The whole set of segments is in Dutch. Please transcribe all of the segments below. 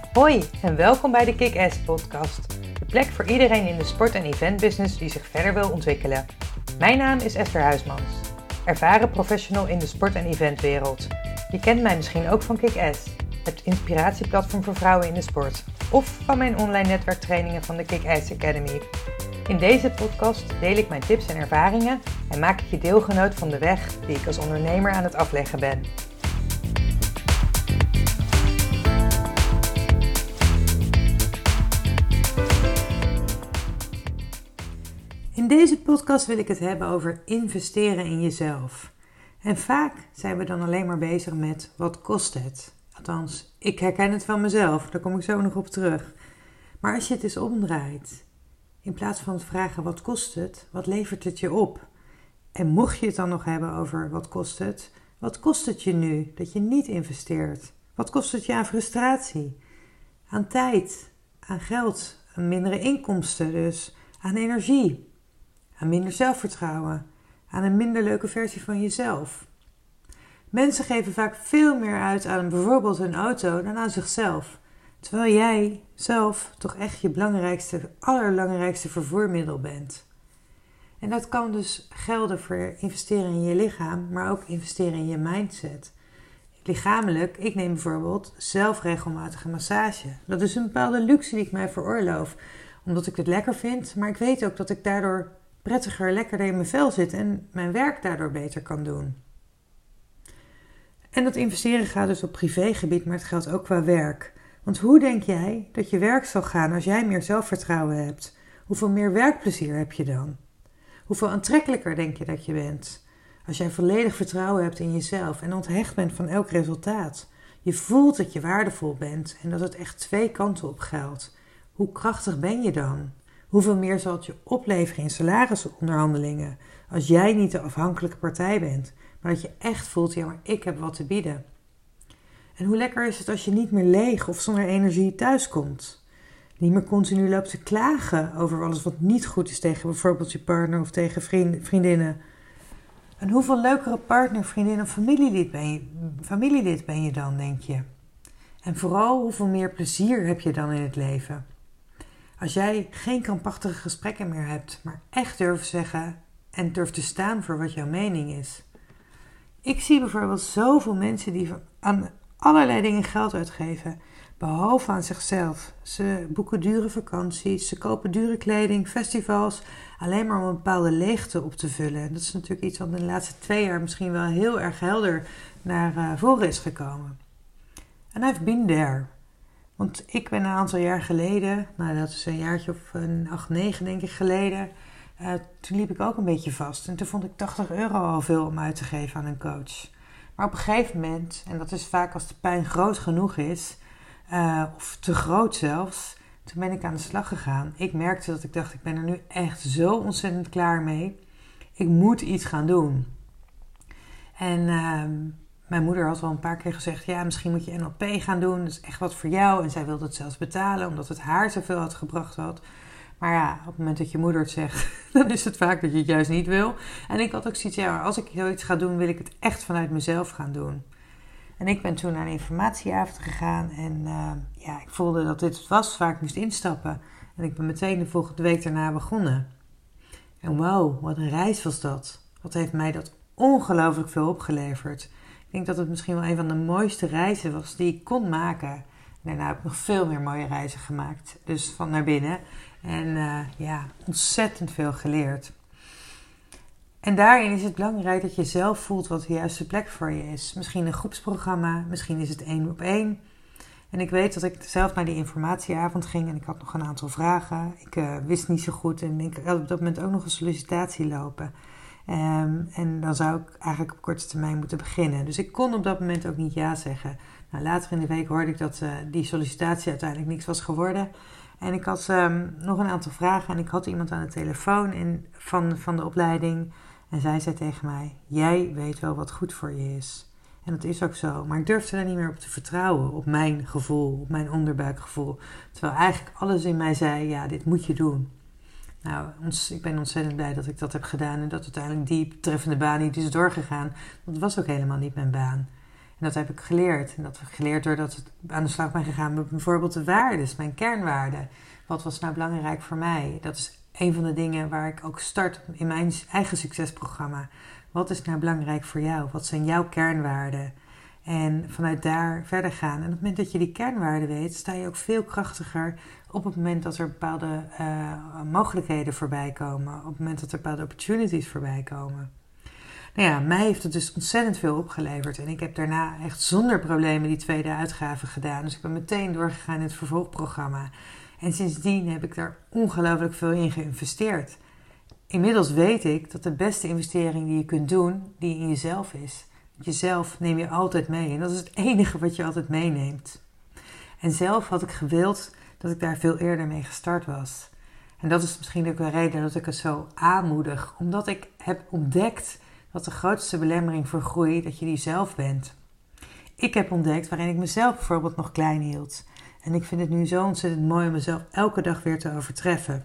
Hoi en welkom bij de Kick-Ass podcast. De plek voor iedereen in de sport- en eventbusiness die zich verder wil ontwikkelen. Mijn naam is Esther Huismans, ervaren professional in de sport- en eventwereld. Je kent mij misschien ook van Kick-Ass, het inspiratieplatform voor vrouwen in de sport. Of van mijn online netwerktrainingen van de Kick-Ass Academy. In deze podcast deel ik mijn tips en ervaringen en maak ik je deelgenoot van de weg die ik als ondernemer aan het afleggen ben. In deze podcast wil ik het hebben over investeren in jezelf. En vaak zijn we dan alleen maar bezig met wat kost het. Althans, ik herken het van mezelf, daar kom ik zo nog op terug. Maar als je het eens omdraait, in plaats van te vragen wat kost het, wat levert het je op? En mocht je het dan nog hebben over wat kost het je nu dat je niet investeert? Wat kost het je aan frustratie, aan tijd, aan geld, aan mindere inkomsten, dus aan energie? Aan minder zelfvertrouwen, aan een minder leuke versie van jezelf. Mensen geven vaak veel meer uit aan bijvoorbeeld hun auto dan aan zichzelf. Terwijl jij zelf toch echt je allerbelangrijkste vervoermiddel bent. En dat kan dus gelden voor investeren in je lichaam, maar ook investeren in je mindset. Lichamelijk, ik neem bijvoorbeeld zelf regelmatig een massage. Dat is een bepaalde luxe die ik mij veroorloof, omdat ik het lekker vind. Maar ik weet ook dat ik daardoor prettiger, lekkerder in mijn vel zit en mijn werk daardoor beter kan doen. En dat investeren gaat dus op privégebied, maar het geldt ook qua werk. Want hoe denk jij dat je werk zal gaan als jij meer zelfvertrouwen hebt? Hoeveel meer werkplezier heb je dan? Hoeveel aantrekkelijker denk je dat je bent? Als jij volledig vertrouwen hebt in jezelf en onthecht bent van elk resultaat. Je voelt dat je waardevol bent en dat het echt twee kanten op geldt. Hoe krachtig ben je dan? Hoeveel meer zal het je opleveren in salarisonderhandelingen als jij niet de afhankelijke partij bent, maar dat je echt voelt, ja, maar ik heb wat te bieden. En hoe lekker is het als je niet meer leeg of zonder energie thuiskomt? Niet meer continu loopt te klagen over alles wat niet goed is tegen bijvoorbeeld je partner of tegen vriendinnen. En hoeveel leukere partner, vriendin of familielid ben je dan, denk je? En vooral, hoeveel meer plezier heb je dan in het leven? Als jij geen krampachtige gesprekken meer hebt, maar echt durft zeggen en durft te staan voor wat jouw mening is. Ik zie bijvoorbeeld zoveel mensen die aan allerlei dingen geld uitgeven, behalve aan zichzelf. Ze boeken dure vakanties, ze kopen dure kleding, festivals, alleen maar om een bepaalde leegte op te vullen. En dat is natuurlijk iets wat in de laatste 2 jaar misschien wel heel erg helder naar voren is gekomen. And I've been there. Want ik ben een aantal jaar geleden, dat is een jaartje of 8, 9 denk ik geleden, toen liep ik ook een beetje vast. En toen vond ik €80 al veel om uit te geven aan een coach. Maar op een gegeven moment, en dat is vaak als de pijn groot genoeg is, of te groot zelfs, toen ben ik aan de slag gegaan. Ik merkte dat ik dacht, ik ben er nu echt zo ontzettend klaar mee. Ik moet iets gaan doen. En mijn moeder had wel een paar keer gezegd, ja, misschien moet je NLP gaan doen. Dat is echt wat voor jou. En zij wilde het zelfs betalen, omdat het haar zoveel had gebracht had. Maar ja, op het moment dat je moeder het zegt, dan is het vaak dat je het juist niet wil. En ik had ook zoiets, ja, maar als ik zoiets ga doen, wil ik het echt vanuit mezelf gaan doen. En ik ben toen naar een informatieavond gegaan. En ik voelde dat dit het was waar ik moest instappen. En ik ben meteen de volgende week daarna begonnen. En wow, wat een reis was dat. Wat heeft mij dat ongelooflijk veel opgeleverd. Ik denk dat het misschien wel een van de mooiste reizen was die ik kon maken. En daarna heb ik nog veel meer mooie reizen gemaakt. Dus van naar binnen. En ontzettend veel geleerd. En daarin is het belangrijk dat je zelf voelt wat de juiste plek voor je is. Misschien een groepsprogramma, misschien is het 1-op-1. En ik weet dat ik zelf naar die informatieavond ging en ik had nog een aantal vragen. Ik wist niet zo goed en ik had op dat moment ook nog een sollicitatie lopen. En dan zou ik eigenlijk op korte termijn moeten beginnen. Dus ik kon op dat moment ook niet ja zeggen. Later in de week hoorde ik dat die sollicitatie uiteindelijk niks was geworden. En ik had nog een aantal vragen en ik had iemand aan de telefoon van de opleiding. En zij zei tegen mij, jij weet wel wat goed voor je is. En dat is ook zo. Maar ik durfde daar niet meer op te vertrouwen. Op mijn gevoel, op mijn onderbuikgevoel. Terwijl eigenlijk alles in mij zei, ja, dit moet je doen. Ik ben ontzettend blij dat ik dat heb gedaan. En dat uiteindelijk die betreffende baan niet is doorgegaan. Want het was ook helemaal niet mijn baan. En dat heb ik geleerd. En dat heb ik geleerd doordat ik aan de slag ben gegaan met bijvoorbeeld de waarden, mijn kernwaarden. Wat was nou belangrijk voor mij? Dat is een van de dingen waar ik ook start in mijn eigen succesprogramma. Wat is nou belangrijk voor jou? Wat zijn jouw kernwaarden? En vanuit daar verder gaan. En op het moment dat je die kernwaarden weet, sta je ook veel krachtiger op het moment dat er bepaalde mogelijkheden voorbij komen. Op het moment dat er bepaalde opportunities voorbij komen. Nou ja, mij heeft het dus ontzettend veel opgeleverd. En ik heb daarna echt zonder problemen die tweede uitgave gedaan. Dus ik ben meteen doorgegaan in het vervolgprogramma. En sindsdien heb ik daar ongelooflijk veel in geïnvesteerd. Inmiddels weet ik dat de beste investering die je kunt doen, die in jezelf is. Jezelf neem je altijd mee. En dat is het enige wat je altijd meeneemt. En zelf had ik gewild dat ik daar veel eerder mee gestart was. En dat is misschien ook de reden dat ik het zo aanmoedig. Omdat ik heb ontdekt dat de grootste belemmering voor groei, dat je die zelf bent. Ik heb ontdekt waarin ik mezelf bijvoorbeeld nog klein hield. En ik vind het nu zo ontzettend mooi om mezelf elke dag weer te overtreffen.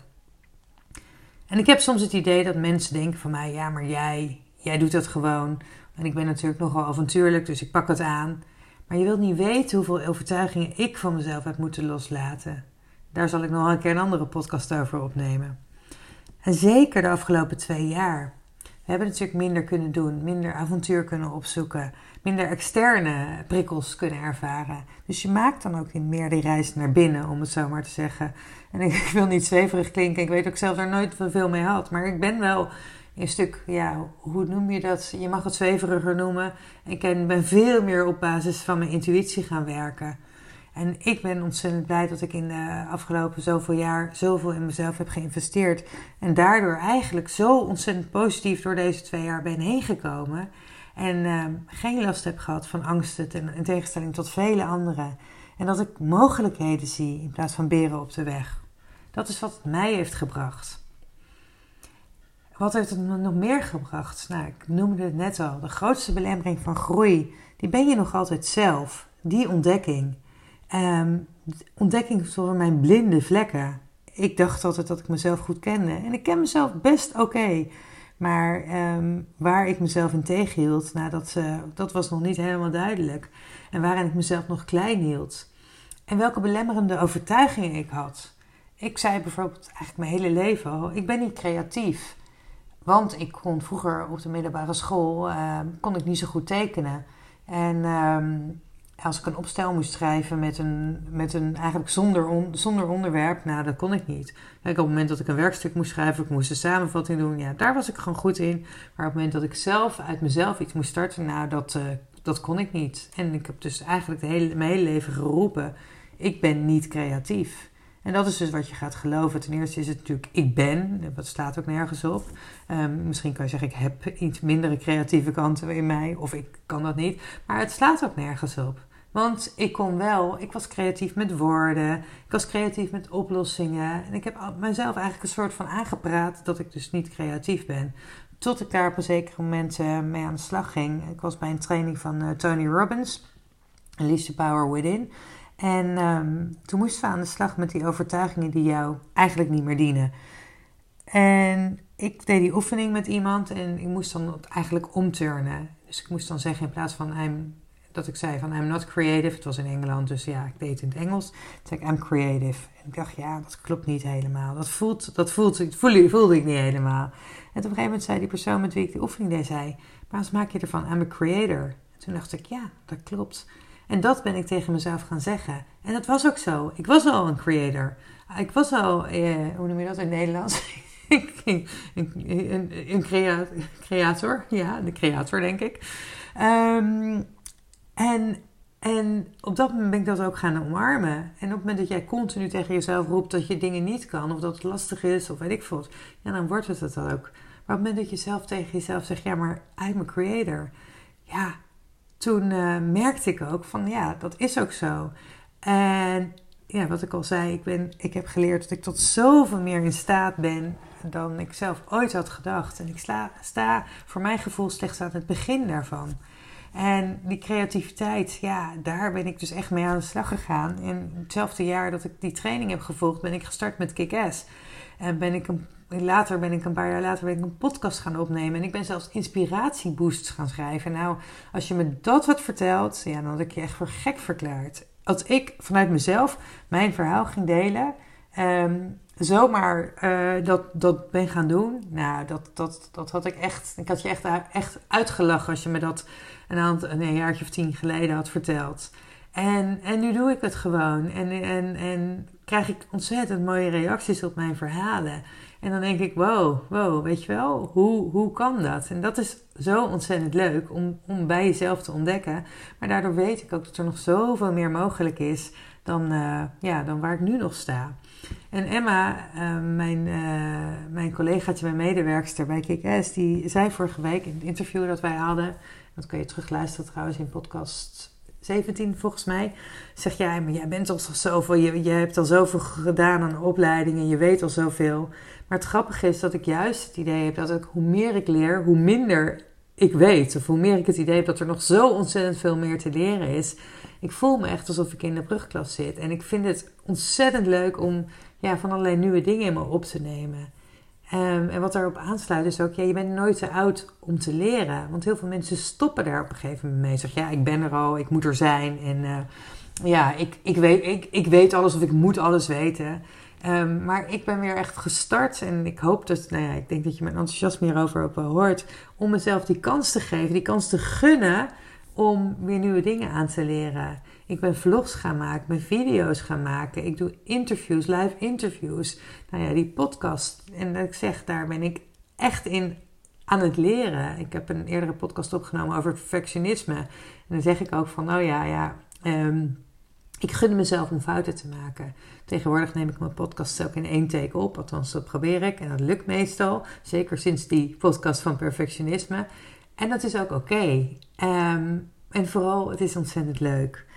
En ik heb soms het idee dat mensen denken van mij, ja, maar jij doet dat gewoon. En ik ben natuurlijk nogal avontuurlijk, dus ik pak het aan. Maar je wilt niet weten hoeveel overtuigingen ik van mezelf heb moeten loslaten. Daar zal ik nog een keer een andere podcast over opnemen. En zeker de afgelopen 2 jaar. We hebben natuurlijk minder kunnen doen, minder avontuur kunnen opzoeken, minder externe prikkels kunnen ervaren. Dus je maakt dan ook meer die reis naar binnen, om het zo maar te zeggen. En ik wil niet zweverig klinken, ik weet ook zelf daar nooit veel mee had. Maar ik ben wel een stuk, ja, hoe noem je dat? Je mag het zweveriger noemen. Ik ben veel meer op basis van mijn intuïtie gaan werken. En ik ben ontzettend blij dat ik in de afgelopen zoveel jaar zoveel in mezelf heb geïnvesteerd. En daardoor eigenlijk zo ontzettend positief door deze 2 jaar ben heen gekomen. En geen last heb gehad van angsten in tegenstelling tot vele anderen. En dat ik mogelijkheden zie in plaats van beren op de weg. Dat is wat het mij heeft gebracht. Wat heeft het me nog meer gebracht? Nou, ik noemde het net al. De grootste belemmering van groei, die ben je nog altijd zelf. Die ontdekking. Ontdekking van mijn blinde vlekken. Ik dacht altijd dat ik mezelf goed kende. En ik ken mezelf best oké. Maar waar ik mezelf in tegenhield, nou, dat was nog niet helemaal duidelijk. En waarin ik mezelf nog klein hield. En welke belemmerende overtuigingen ik had. Ik zei bijvoorbeeld eigenlijk mijn hele leven al, ik ben niet creatief. Want ik kon vroeger op de middelbare school, kon ik niet zo goed tekenen. En als ik een opstel moest schrijven met een eigenlijk zonder onderwerp, nou, dat kon ik niet. Kijk, op het moment dat ik een werkstuk moest schrijven, ik moest een samenvatting doen, ja, daar was ik gewoon goed in. Maar op het moment dat ik zelf uit mezelf iets moest starten, nou, dat kon ik niet. En ik heb dus eigenlijk mijn hele leven geroepen, ik ben niet creatief. En dat is dus wat je gaat geloven. Ten eerste is het natuurlijk ik ben. Dat slaat ook nergens op. Misschien kan je zeggen ik heb iets mindere creatieve kanten in mij. Of ik kan dat niet. Maar het slaat ook nergens op. Want ik was creatief met woorden. Ik was creatief met oplossingen. En ik heb mezelf eigenlijk een soort van aangepraat dat ik dus niet creatief ben. Tot ik daar op een zeker moment mee aan de slag ging. Ik was bij een training van Tony Robbins. Unleash the Power Within. En toen moesten we aan de slag met die overtuigingen die jou eigenlijk niet meer dienen. En ik deed die oefening met iemand en ik moest dan eigenlijk omturnen. Dus ik moest dan zeggen in plaats van dat ik zei van I'm not creative. Het was in Engeland, dus ja, ik deed het in het Engels. Toen zei ik I'm creative. En ik dacht, ja, dat klopt niet helemaal. Dat voelde ik niet helemaal. En op een gegeven moment zei die persoon met wie ik die oefening deed, zei, maar als maak je ervan I'm a creator. En toen dacht ik, ja, dat klopt. En dat ben ik tegen mezelf gaan zeggen. En dat was ook zo. Ik was al een creator. Ik was al, hoe noem je dat in het Nederlands? een creator. Ja, de creator denk ik. En op dat moment ben ik dat ook gaan omarmen. En op het moment dat jij continu tegen jezelf roept dat je dingen niet kan, of dat het lastig is, of weet ik veel, ja, dan wordt het ook. Maar op het moment dat je zelf tegen jezelf zegt, ja, maar I'm a creator. Ja, toen merkte ik ook van, ja, dat is ook zo. En ja, wat ik al zei, ik heb geleerd dat ik tot zoveel meer in staat ben dan ik zelf ooit had gedacht. En ik sta voor mijn gevoel slechts aan het begin daarvan. En die creativiteit, ja, daar ben ik dus echt mee aan de slag gegaan. In hetzelfde jaar dat ik die training heb gevolgd, ben ik gestart met Kick-Ass. En een paar jaar later ben ik een podcast gaan opnemen. En ik ben zelfs inspiratieboosts gaan schrijven. Nou, als je me dat wat vertelt, ja, dan had ik je echt voor gek verklaard. Als ik vanuit mezelf mijn verhaal ging delen, zomaar dat ben gaan doen. Nou, dat had ik echt. Ik had je echt uitgelachen als je me dat een jaartje of 10 geleden had verteld. En nu doe ik het gewoon. En krijg ik ontzettend mooie reacties op mijn verhalen. En dan denk ik, wow, weet je wel, hoe kan dat? En dat is zo ontzettend leuk om bij jezelf te ontdekken. Maar daardoor weet ik ook dat er nog zoveel meer mogelijk is dan waar ik nu nog sta. En Emma, mijn collegaatje, mijn medewerkster bij Kick-Ass, die zei vorige week in het interview dat wij hadden, dat kun je terugluisteren trouwens in podcast 17 volgens mij, zegt jij, maar jij bent al zoveel, je hebt al zoveel gedaan aan opleidingen, je weet al zoveel. Maar het grappige is dat ik juist het idee heb dat hoe meer ik leer, hoe minder ik weet. Of hoe meer ik het idee heb dat er nog zo ontzettend veel meer te leren is. Ik voel me echt alsof ik in de brugklas zit. En ik vind het ontzettend leuk om van allerlei nieuwe dingen in me op te nemen. En wat daarop aansluit is ook, je bent nooit te oud om te leren. Want heel veel mensen stoppen daar op een gegeven moment mee. Zeggen, ik ben er al, ik moet er zijn. En ik weet alles of ik moet alles weten. Maar ik ben weer echt gestart en ik hoop dat, ik denk dat je mijn enthousiasme hierover ook wel hoort, om mezelf die kans te geven, die kans te gunnen om weer nieuwe dingen aan te leren. Ik ben vlogs gaan maken, ik ben video's gaan maken, ik doe interviews, live interviews, die podcast. En dat ik zeg, daar ben ik echt in aan het leren. Ik heb een eerdere podcast opgenomen over perfectionisme. En dan zeg ik ook van, ik gun mezelf om fouten te maken. Tegenwoordig neem ik mijn podcast ook in 1 take op. Althans, dat probeer ik. En dat lukt meestal. Zeker sinds die podcast van perfectionisme. En dat is ook oké. En vooral, het is ontzettend leuk.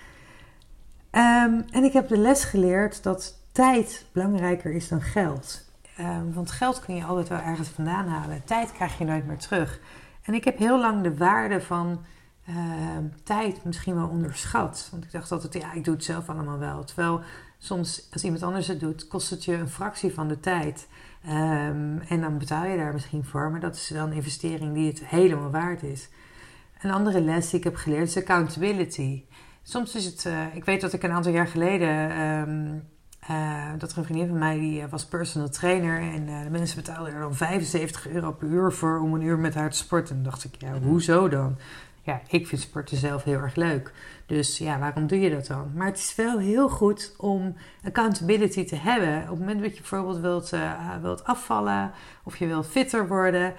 En ik heb de les geleerd dat tijd belangrijker is dan geld. Want geld kun je altijd wel ergens vandaan halen. Tijd krijg je nooit meer terug. En ik heb heel lang de waarde van tijd misschien wel onderschat. Want ik dacht altijd, ik doe het zelf allemaal wel. Terwijl soms, als iemand anders het doet, kost het je een fractie van de tijd. En dan betaal je daar misschien voor. Maar dat is dan een investering die het helemaal waard is. Een andere les die ik heb geleerd is accountability. Soms is het... ik weet dat ik een aantal jaar geleden... dat er een vriendin van mij, die was personal trainer. En de mensen betaalden er dan €75 per uur voor om 1 uur met haar te sporten. En dan dacht ik, hoezo dan? Ja, ik vind sporten zelf heel erg leuk. Dus waarom doe je dat dan? Maar het is wel heel goed om accountability te hebben. Op het moment dat je bijvoorbeeld wilt afvallen of je wilt fitter worden.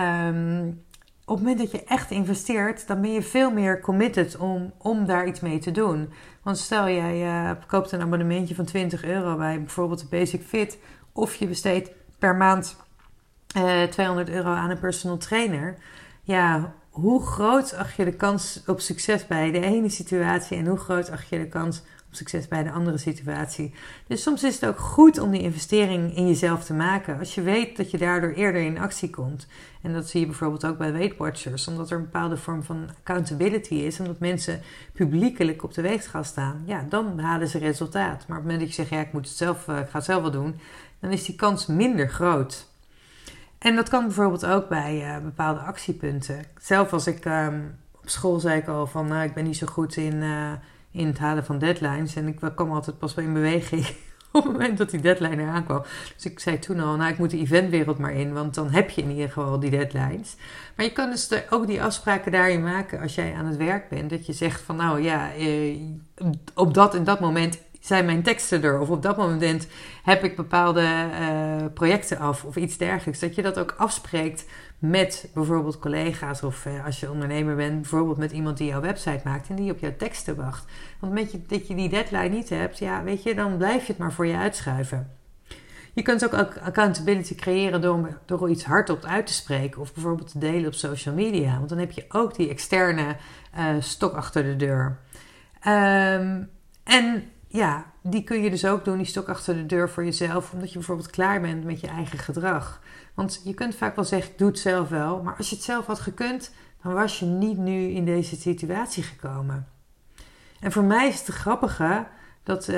Op het moment dat je echt investeert, dan ben je veel meer committed om daar iets mee te doen. Want stel jij koopt een abonnementje van €20 bij bijvoorbeeld de Basic Fit. Of je besteedt per maand €200 aan een personal trainer. Ja, hoe groot acht je de kans op succes bij de ene situatie en hoe groot acht je de kans op succes bij de andere situatie? Dus soms is het ook goed om die investering in jezelf te maken als je weet dat je daardoor eerder in actie komt. En dat zie je bijvoorbeeld ook bij Weight Watchers, omdat er een bepaalde vorm van accountability is, omdat mensen publiekelijk op de weegschaal staan. Ja, dan behalen ze resultaat. Maar op het moment dat je zegt, ik ga het zelf wel doen, dan is die kans minder groot. En dat kan bijvoorbeeld ook bij bepaalde actiepunten. Zelf was ik op school, zei ik al van, ik ben niet zo goed in het halen van deadlines. En ik kwam altijd pas in beweging op het moment dat die deadline eraan kwam. Dus ik zei toen al, ik moet de eventwereld maar in, want dan heb je in ieder geval die deadlines. Maar je kan dus ook die afspraken daarin maken als jij aan het werk bent. Dat je zegt van, op dat en dat moment zijn mijn teksten er. Of op dat moment heb ik bepaalde projecten af of iets dergelijks. Dat je dat ook afspreekt met bijvoorbeeld collega's. Of als je ondernemer bent, bijvoorbeeld met iemand die jouw website maakt en die op jouw teksten wacht. Want dat je die deadline niet hebt, dan blijf je het maar voor je uitschuiven. Je kunt ook accountability creëren door iets hardop uit te spreken. Of bijvoorbeeld te delen op social media. Want dan heb je ook die externe stok achter de deur. Die kun je dus ook doen, die stok achter de deur voor jezelf. Omdat je bijvoorbeeld klaar bent met je eigen gedrag. Want je kunt vaak wel zeggen, ik doe het zelf wel. Maar als je het zelf had gekund, dan was je niet nu in deze situatie gekomen. En voor mij is het grappige dat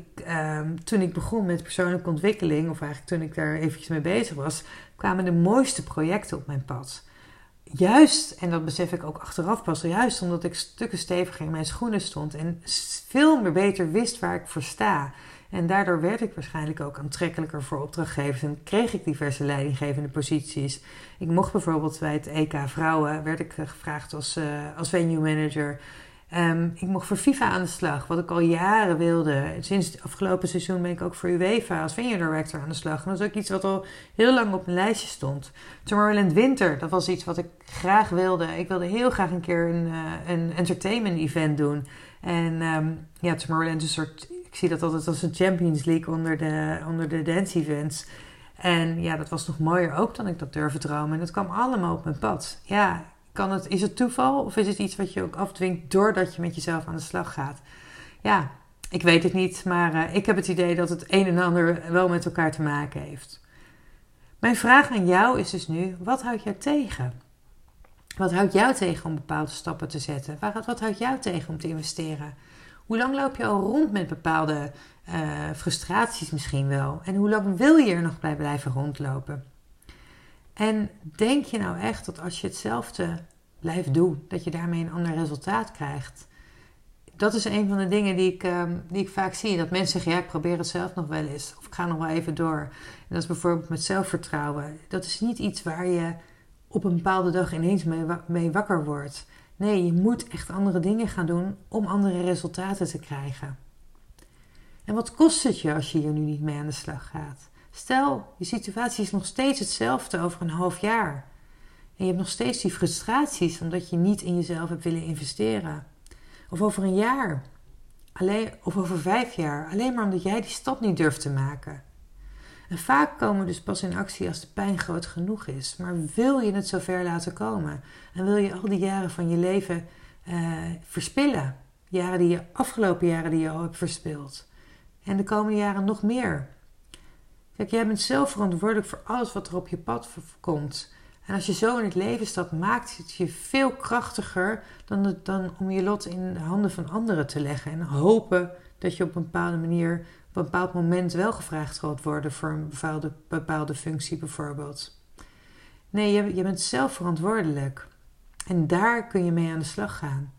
toen ik begon met persoonlijke ontwikkeling, of eigenlijk toen ik daar eventjes mee bezig was, kwamen de mooiste projecten op mijn pad. Juist, en dat besef ik ook achteraf pas, juist omdat ik stukken steviger in mijn schoenen stond en veel meer beter wist waar ik voor sta. En daardoor werd ik waarschijnlijk ook aantrekkelijker voor opdrachtgevers en kreeg ik diverse leidinggevende posities. Ik mocht bijvoorbeeld bij het EK Vrouwen, werd ik gevraagd als venue manager. Ik mocht voor FIFA aan de slag, wat ik al jaren wilde. Sinds het afgelopen seizoen ben ik ook voor UEFA als venue director aan de slag. En dat is ook iets wat al heel lang op mijn lijstje stond. Tomorrowland Winter, dat was iets wat ik graag wilde. Ik wilde heel graag een keer een entertainment event doen. En Tomorrowland is een soort, ik zie dat altijd als een Champions League onder de dance events. En ja, dat was nog mooier ook dan ik dat durfde dromen. En dat kwam allemaal op mijn pad. Ja, is het toeval of is het iets wat je ook afdwingt doordat je met jezelf aan de slag gaat? Ja, ik weet het niet, maar ik heb het idee dat het een en ander wel met elkaar te maken heeft. Mijn vraag aan jou is dus nu, wat houdt jou tegen? Wat houdt jou tegen om bepaalde stappen te zetten? Wat houdt jou tegen om te investeren? Hoe lang loop je al rond met bepaalde frustraties misschien wel? En hoe lang wil je er nog bij blijven rondlopen? En denk je nou echt dat als je hetzelfde blijft doen, dat je daarmee een ander resultaat krijgt? Dat is een van de dingen die ik vaak zie. Dat mensen zeggen, ja, ik probeer het zelf nog wel eens. Of ik ga nog wel even door. En dat is bijvoorbeeld met zelfvertrouwen. Dat is niet iets waar je op een bepaalde dag ineens mee wakker wordt. Nee, je moet echt andere dingen gaan doen om andere resultaten te krijgen. En wat kost het je als je hier nu niet mee aan de slag gaat? Stel, je situatie is nog steeds hetzelfde over een half jaar. En je hebt nog steeds die frustraties omdat je niet in jezelf hebt willen investeren. Of over een jaar. Of over 5 jaar. Alleen maar omdat jij die stap niet durft te maken. En vaak komen we dus pas in actie als de pijn groot genoeg is. Maar wil je het zover laten komen? En wil je al die jaren van je leven verspillen? Afgelopen jaren die je al hebt verspild. En de komende jaren nog meer. Kijk, jij bent zelf verantwoordelijk voor alles wat er op je pad komt. En als je zo in het leven stapt, maakt het je veel krachtiger dan om je lot in de handen van anderen te leggen. En hopen dat je op een bepaalde manier, op een bepaald moment wel gevraagd gaat worden voor een bepaalde functie bijvoorbeeld. Nee, je bent zelf verantwoordelijk. En daar kun je mee aan de slag gaan.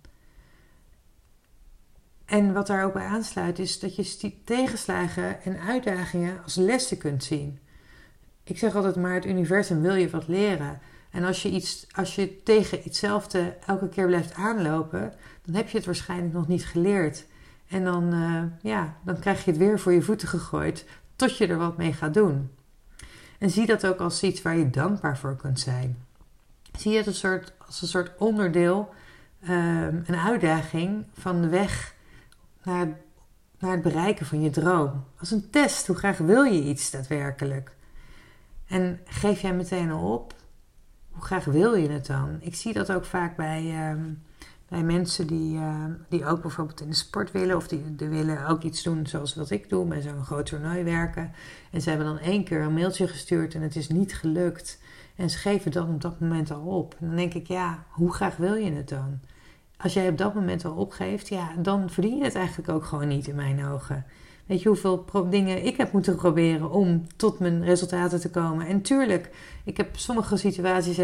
En wat daar ook bij aansluit is dat je tegenslagen en uitdagingen als lessen kunt zien. Ik zeg altijd maar, het universum wil je wat leren. En als je tegen hetzelfde elke keer blijft aanlopen, dan heb je het waarschijnlijk nog niet geleerd. En dan krijg je het weer voor je voeten gegooid, tot je er wat mee gaat doen. En zie dat ook als iets waar je dankbaar voor kunt zijn. Zie het als een soort onderdeel, een uitdaging van de weg naar het bereiken van je droom. Als een test, hoe graag wil je iets daadwerkelijk? En geef jij meteen al op, hoe graag wil je het dan? Ik zie dat ook vaak bij mensen die ook bijvoorbeeld in de sport willen, of die willen ook iets doen zoals wat ik doe, bij zo'n groot toernooi werken. En ze hebben dan 1 keer een mailtje gestuurd en het is niet gelukt. En ze geven dat op dat moment al op. En dan denk ik, ja, hoe graag wil je het dan? Als jij op dat moment al opgeeft, ja, dan verdien je het eigenlijk ook gewoon niet in mijn ogen. Weet je hoeveel dingen ik heb moeten proberen om tot mijn resultaten te komen. En tuurlijk, sommige situaties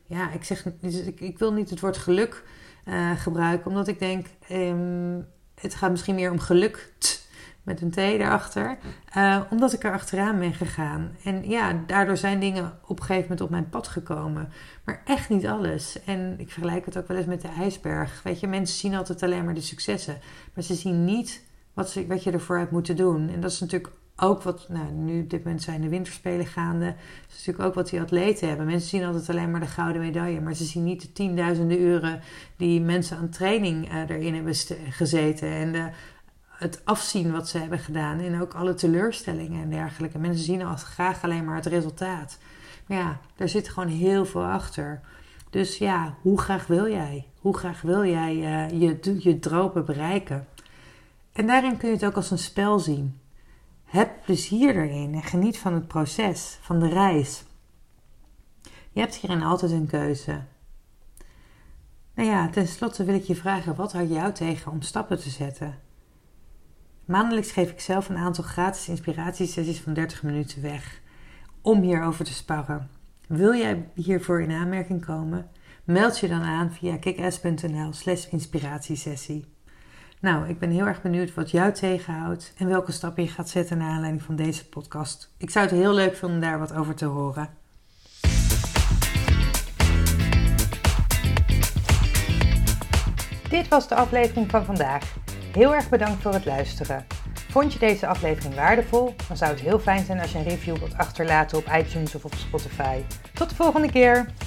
ik wil niet het woord geluk gebruiken. Omdat ik denk, het gaat misschien meer om gelukt met een T erachter. Omdat ik er achteraan ben gegaan. En ja, daardoor zijn dingen op een gegeven moment op mijn pad gekomen. Maar echt niet alles. En ik vergelijk het ook wel eens met de ijsberg. Weet je, mensen zien altijd alleen maar de successen. Maar ze zien niet wat je ervoor hebt moeten doen. En dat is natuurlijk ook nu op dit moment zijn de winterspelen gaande. Dat is natuurlijk ook wat die atleten hebben. Mensen zien altijd alleen maar de gouden medaille. Maar ze zien niet de tienduizenden uren die mensen aan training erin hebben gezeten. En het afzien wat ze hebben gedaan. En ook alle teleurstellingen en dergelijke. Mensen zien graag alleen maar het resultaat. Maar ja, daar zit gewoon heel veel achter. Dus ja, hoe graag wil jij? Hoe graag wil jij je dromen bereiken? En daarin kun je het ook als een spel zien. Heb plezier erin en geniet van het proces, van de reis. Je hebt hierin altijd een keuze. Nou ja, tenslotte wil ik je vragen, wat houdt jou tegen om stappen te zetten? Maandelijks geef ik zelf een aantal gratis inspiratiesessies van 30 minuten weg om hierover te sparren. Wil jij hiervoor in aanmerking komen? Meld je dan aan via kickass.nl/inspiratiesessie. Nou, ik ben heel erg benieuwd wat jou tegenhoudt en welke stappen je gaat zetten naar aanleiding van deze podcast. Ik zou het heel leuk vinden om daar wat over te horen. Dit was de aflevering van vandaag. Heel erg bedankt voor het luisteren. Vond je deze aflevering waardevol? Dan zou het heel fijn zijn als je een review wilt achterlaten op iTunes of op Spotify. Tot de volgende keer!